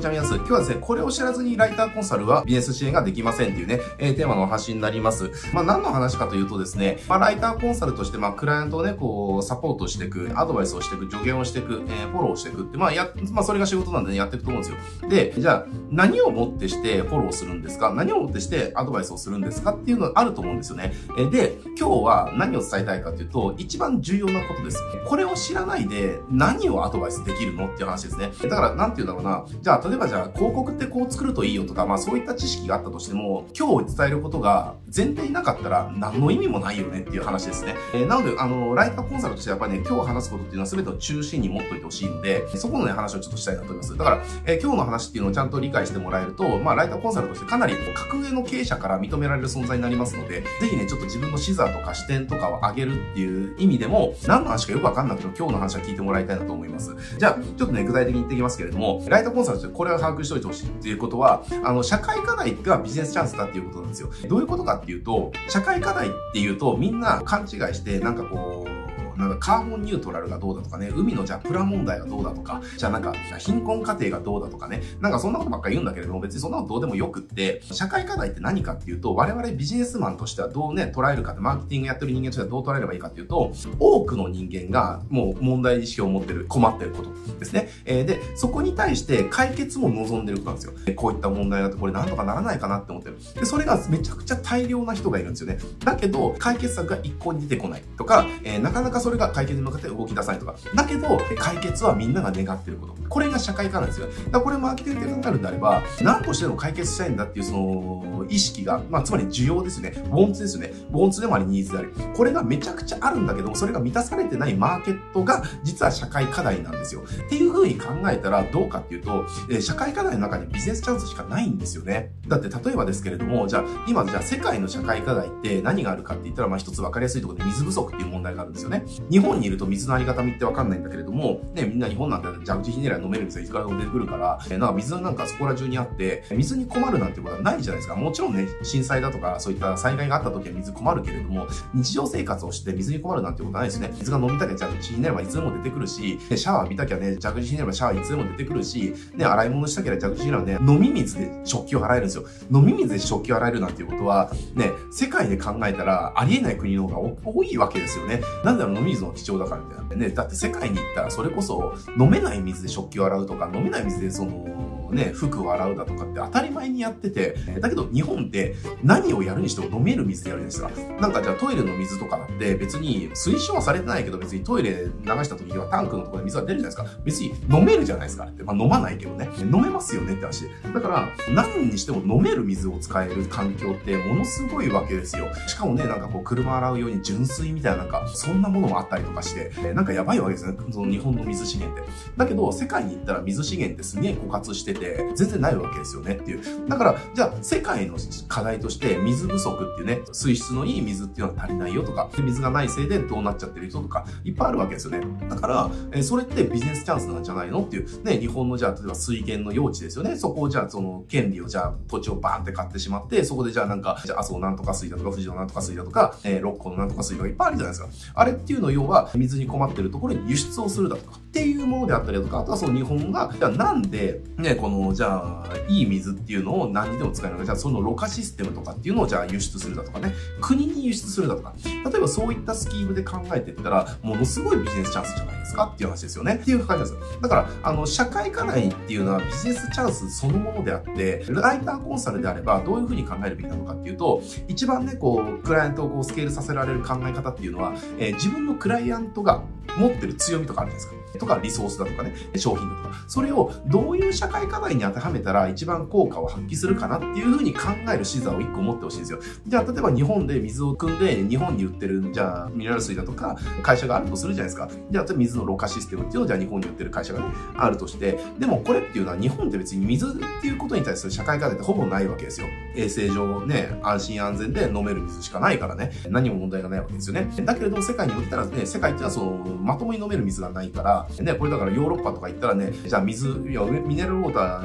ちはみなす。今日はですね、これを知らずにライターコンサルはビジネス支援ができませんっていうね、テーマの発信になります。何の話かというとですね、ライターコンサルとして、クライアントをね、サポートしていく、アドバイスをしていく、助言をしていく、フォローしていくって、それが仕事なんでね、やっていくと思うんですよ。で、じゃあ、何をもってしてフォローするんですか？何をもってしてアドバイスをするんですかっていうのがあると思うんですよね。で、今日は何を伝えたいかというと、一番重要なことです。これを知らないで何をアドバイスできるのっていう話ですね。だから、なんていうんだろうな。じゃあ、例えば広告ってこう作るといいよとか、そういった知識があったとしても、今日伝えることが前提になかったら何の意味もないよねっていう話ですね。なので、ライターコンサルとしてやっぱりね、今日話すことっていうのは全てを中心に持っといてほしいので、そこのね、話をちょっとしたいなと思います。だから、今日の話っていうのをちゃんと理解してもらえると、ライターコンサルとしてかなり格上の経営者から認められる存在になりますので、ぜひね、ちょっと自分の視座とか視点とかを上げるっていう意味でも、何の話かよくわかんなくても今日の話は聞いてもらいたいなと思います。じゃあ、ちょっとね、具体的に言っていきますけれども、ライターコンサルとしてこれを把握しておいてほしいっていうことは、社会課題がビジネスチャンスだっていうことなんですよ。どういうことかっていうと、社会課題っていうとみんな勘違いして、カーボンニュートラルがどうだとかね、海のプラ問題がどうだとか、貧困家庭がどうだとかね、そんなことばっかり言うんだけれども、別にそんなことどうでもよくって、社会課題って何かっていうと、我々ビジネスマンとしてはどうね、捉えるかって、マーケティングやってる人間としてはどう捉えればいいかっていうと、多くの人間がもう問題意識を持ってる、困ってることですね。で、そこに対して解決も望んでることなんですよ。こういった問題だとこれなんとかならないかなって思ってる。で、それがめちゃくちゃ大量な人がいるんですよね。だけど、解決策が一向に出てこないとか、なかなかそれが解決に向かって動き出さないとか。だけど、解決はみんなが願っていること。これが社会課題なんですよ。だからこれマーケティングで考えるんであれば、何としてでも解決したいんだっていうその意識が、つまり需要ですよね。ウォンツですよね。ウォンツでもありニーズである。これがめちゃくちゃあるんだけども、それが満たされてないマーケットが実は社会課題なんですよ。っていう風に考えたらどうかっていうと、社会課題の中にビジネスチャンスしかないんですよね。だって例えばですけれども、今世界の社会課題って何があるかって言ったら、一つ分かりやすいところで水不足っていう問題があるんですよね。日本にいると水のあり方見って分かんないんだけれども、ね、みんな日本なんて蛇口ひねりゃ飲める水がいつからでも出てくるから、水なんかそこら中にあって、水に困るなんてことはないじゃないですか。もちろんね、震災だとかそういった災害があった時は水困るけれども、日常生活をして水に困るなんてことはないですね。水が飲みたきゃ蛇口ひねればいつでも出てくるし、シャワー浴びたきゃね、蛇口ひねればシャワーいつでも出てくるし、ね、洗い物したきゃ蛇口ひねればね、飲み水で食器を洗えるんですよ。飲み水で食器を洗えるなんていうことは、ね、世界で考えたらありえない国の方が多いわけですよね。なんだろう、飲み水の貴重だからみたいなね。だって世界に行ったらそれこそ飲めない水で食器を洗うとか、飲めない水で服を洗うだとかって当たり前にやってて、だけど日本って何をやるにしても飲める水でやるんですよ。トイレの水とかだって別に推奨はされてないけど、別にトイレ流した時にはタンクのところで水が出るじゃないですか。別に飲めるじゃないですかって。飲まないけどね。飲めますよねって話。だから、何にしても飲める水を使える環境ってものすごいわけですよ。しかもね、車洗うように純粋みたいなそんなものもあったりとかして、やばいわけですね。その日本の水資源って。だけど、世界に行ったら水資源ってすげえ枯渇してて、全然ないわけですよねっていう。だから、じゃあ、世界の課題として水不足っていうね、水質のいい水っていうのは足りないよとか、水がないせいでどうなっちゃってる人とか、いっぱいあるわけですよね。だから、それってビジネスチャンスなんじゃないのっていう。ね、日本の例えば水源の用地ですよね。そこをその権利を土地をバーンって買ってしまって、そこで麻生なんとか水だとか、富士のなんとか水だとか、六甲のなんとか水とかいっぱいあるじゃないですか。あれっていうのを要は、水に困ってるところに輸出をするだとか、っていうものであったりだとか、あとはその日本が、じゃあなんで、ね、いい水っていうのを何にでも使えるのか、じゃあそのろ過システムとかっていうのを輸出するだとかね、国に輸出するだとか、例えばそういったスキームで考えていったら、ものすごいビジネスチャンスじゃないですかっていう話ですよね。っていう感じです。だから、社会課題っていうのはビジネスチャンスそのものであって、ライターコンサルであればどういうふうに考えるべきなのかっていうと、一番ね、クライアントをスケールさせられる考え方っていうのは、自分のクライアントが持ってる強みとかあるじゃないですか。とか、リソースだとかね、商品だとか。それをどういう社会課題に当てはめたら一番効果を発揮するかなっていうふうに考える視座を一個持ってほしいんですよ。じゃあ、例えば日本で水を汲んで、日本に売ってる、ミネラル水だとか、会社があるとするじゃないですか。じゃあ、水のろ過システムっていうのを、日本に売ってる会社がね、あるとして。でも、これっていうのは日本って別に水っていうことに対する社会課題ってほぼないわけですよ。衛生上ね、安心安全で飲める水しかないからね、何も問題がないわけですよね。だけれども、世界に売ったらね、世界っていうのはまともに飲める水がないから、ね、これだからヨーロッパとか行ったらね、じゃあミネラルウォーター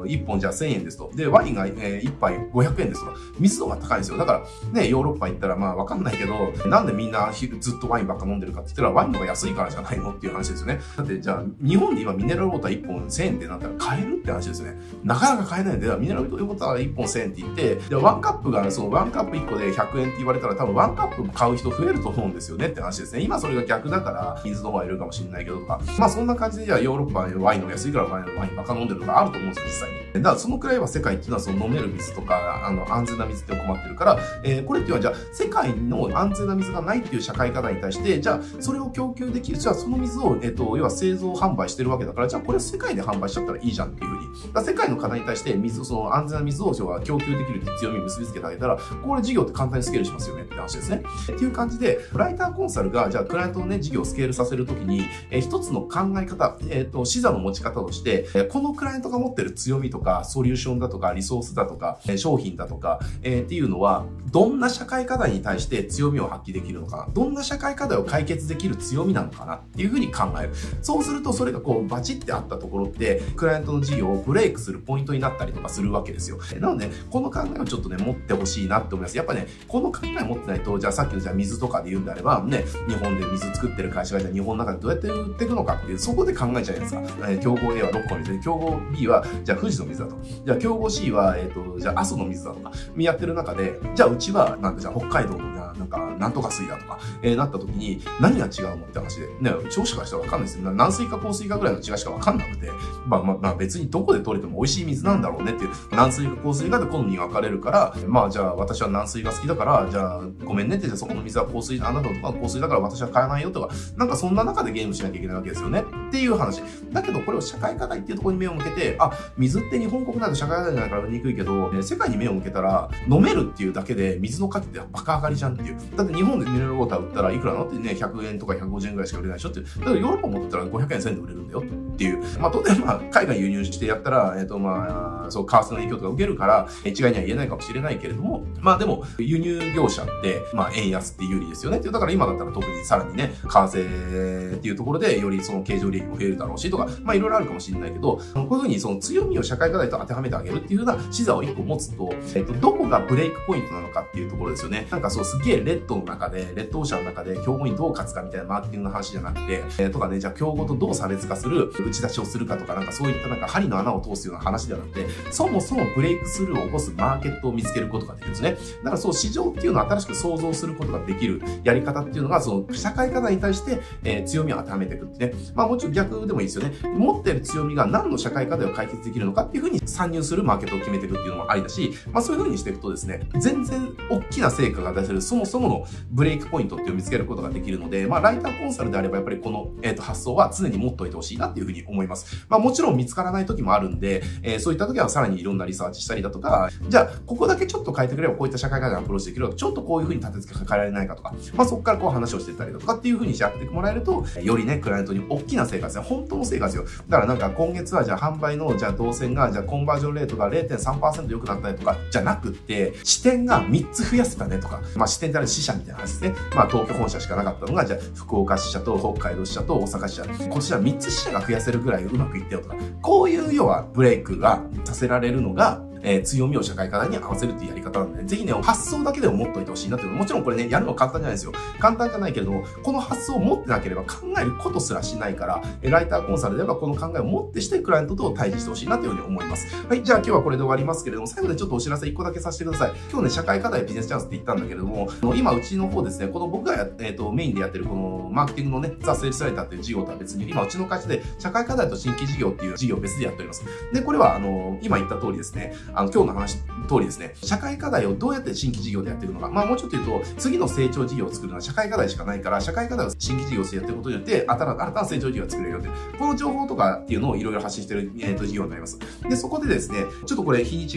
1本じゃあ1000円ですと。で、ワインが、1杯500円ですとか。水の方が高いんですよ。だから、ね、ヨーロッパ行ったらまあわかんないけど、なんでみんなずっとワインばっか飲んでるかって言ったら、ワインの方が安いからじゃないのっていう話ですよね。だってじゃあ、日本で今ミネラルウォーター1本1000円ってなったら買えるって話ですよね。なかなか買えないんで、ミネラルウォーター1本1000円って言って、で、ワンカップが、そのワンカップ1個で100円って言われたら多分ワンカップ買う人増えると思うんですよねって話ですね。今それが逆だから、水の方がいるかもしれないけどとか。まあそんな感じでじゃあヨーロッパはワインの安いからワインばっか飲んでるとかあると思うんですよ、実際に。だからそのくらいは世界っていうのはその飲める水とか、安全な水って困ってるから、これっていうのはじゃあ世界の安全な水がないっていう社会課題に対して、じゃあそれを供給できる、じゃあその水を、要は製造販売してるわけだから、じゃあこれを世界で販売しちゃったらいいじゃんっていうふうに。だから世界の課題に対してその安全な水を供給できるって強みを結びつけてあげたら、これ事業って簡単にスケールしますよねって話ですね。っていう感じで、ライターコンサルが、じゃあクライアントのね、事業をスケールさせるときに、一つの考え方、視座の持ち方として、このクライアントが持ってる強みとか、ソリューションだとか、リソースだとか、商品だとか、っていうのは、どんな社会課題に対して強みを発揮できるのかな、どんな社会課題を解決できる強みなのかなっていうふうに考える。そうすると、それがこう、バチってあったところって、クライアントの事業をブレイクするポイントになったりとかするわけですよ。なので、この考えをちょっとね、持ってほしいなって思います。やっぱね、この考え持ってないと、じゃあさっきのじゃあ水とかで言うんであれば、ね、日本で水作ってる会社がじゃあ日本の中でどうやって売っていくのかっていう、そこで考えちゃうじゃないですか。競合 A は6個の水で、競合 B は、じゃあ富士の水だと。じゃあ競合 C は、じゃあ阿蘇の水だとか、やってる中で、じゃあうちは、なんかじゃあ北海道のなんか、なんとか水だとか、なった時に、何が違うのって話で、ね、消費者からしたらわかんないですよ。軟水か硬水かぐらいの違いしかわかんなくて、まあ別にどこで取れても美味しい水なんだろうねっていう、軟水か硬水かで好みが分かれるから、まあじゃあ私は軟水が好きだから、じゃあごめんねって、じゃあそこの水は硬水、あなたのとか硬水だから私は買えないよとか、なんかそんな中でゲームしなきゃいけないわけですよねっていう話。だけどこれを社会課題っていうところに目を向けて、あ、水って日本国内の社会課題じゃないから売りにくいけど、世界に目を向けたら、飲めるっていうだけで水の価値ってバカ上がりじゃんっていう。だって日本でミネラルウォーター売ったらいくらのってね、100円とか150円ぐらいしか売れないでしょっていう。だからヨーロッパ持ってたら500円1000円で売れるんだよっていう。まあ当然まあ海外輸入してやったら、まあ、そう、為替の影響とか受けるから、一概には言えないかもしれないけれども、まあでも、輸入業者って、まあ円安って有利ですよねっていう。だから今だったら特にさらにね、為替っていうところでよりその経常利益も増えるだろうしとか、まあいろいろあるかもしれないけど、こういうふうにその強みを社会課題と当てはめてあげるっていうふうな視座を一個持つと、どこがブレイクポイントなのかっていうところですよね。なんかそうすげえレッドの中で、レッドオーシャンの中で競合にどう勝つかみたいなマーケティングの話じゃなくて、とかね、じゃあ競合とどう差別化する打ち出しをするかとか、なんかそういったなんか針の穴を通すような話ではなくて、そもそもブレイクスルーを起こすマーケットを見つけることができるんですね。だからそう市場っていうのを新しく創造することができるやり方っていうのが、その社会課題に対して、強みを当てはめていくってね。まあもちろん逆でもいいですよね。持っている強みが何の社会課題を解決できるのかっていうふうに参入するマーケットを決めていくっていうのもありだし、まあそういうふうにしていくとですね、全然大きな成果が出せるそもそものブレイクポイントっていうのを見つけることができるので、まあライターコンサルであればやっぱりこの、発想は常に持っておいてほしいなっていうふうに思います。まあもちろん見つからない時もあるんで、そういった時はさらにいろんなリサーチしたりだとか、じゃあここだけちょっと変えてくればこういった社会課題にアプローチできるとか、ちょっとこういうふうに立て付け変えられないかとか、まあそこからこう話をしていったりだとかっていうふうにしてやってもらえると、よりね、クライアントに大きな成果ですね。本当の成果ですよ。だからなんか今月はじゃあ販売のじゃあ動線がじゃあコンバージョンレートが 0.3% 良くなったねとかじゃなくって、支店が3つ増やせたねとか、まあ支店ってある支社みたいな話ですね。まあ東京本社しかなかったのが、じゃあ福岡支社と北海道支社と大阪支社、こっちは3つ支社が増やせるぐらいうまくいったよとか、こういう要はブレイクがさせられるのが、強みを社会課題に合わせるっていうやり方なんで、ぜひね、発想だけでも持っといてほしいなっていう。もちろんこれね、やるのは簡単じゃないですよ。簡単じゃないけれども、この発想を持ってなければ考えることすらしないから、ライターコンサルであればこの考えを持ってしてクライアントと対峙してほしいなというふうに思います。はい、じゃあ今日はこれで終わりますけれども、最後でちょっとお知らせ1個だけさせてください。今日ね、社会課題ビジネスチャンスって言ったんだけれども、今うちの方ですね、この僕がメインでやってるこのマーケティングのね、ザ・セールスライターっていう事業とは別に、今うちの会社で社会課題と新規事業っていう事業を別でやっております。で、これは今言った通りですね、今日の話通りですね、社会課題をどうやって新規事業でやっていくのか。まあもうちょっと言うと、次の成長事業を作るのは社会課題しかないから、社会課題を新規事業としてやっていくことによって、新たな成長事業を作れるよって。この情報とかっていうのをいろいろ発信している、事業になります。で、そこでですね、ちょっとこれ日にちが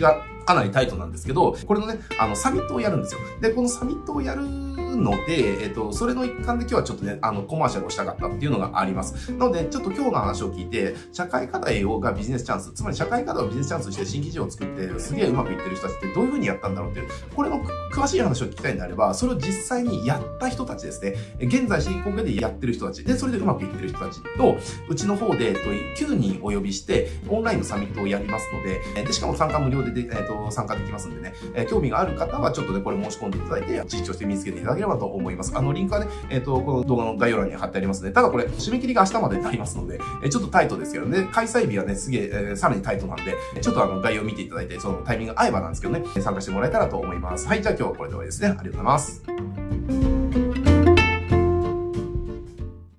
かなりタイトなんですけど、これのね、サミットをやるんですよ。で、このサミットをやるので、それの一環で今日はちょっとね、コマーシャルをしたかったっていうのがあります。なので、ちょっと今日の話を聞いて、社会課題がビジネスチャンス、つまり社会課題をビジネスチャンスにして新規事業を作って、すげえうまくいってる人たちってどういう風にやったんだろうっていう、これの詳しい話を聞きたいんであれば、それを実際にやった人たちですね。現在進行形でやってる人たち、で、それでうまくいってる人たちと、うちの方で、9人お呼びして、オンラインのサミットをやりますので、しかも参加無料で参加できますんでね、興味がある方はちょっとね、これ申し込んでいただいて、実証して見つけていただければと思います。リンクはね、この動画の概要欄に貼ってありますので、ただこれ、締め切りが明日までになりますので、ちょっとタイトですけどね、開催日はね、すげえ、さらにタイトなんで、ちょっと概要を見ていただいて、そのタイミングが合えばなんですけどね、参加してもらえたらと思います。はい、じゃあ今日はこれで終わりですね。ありがとうございます。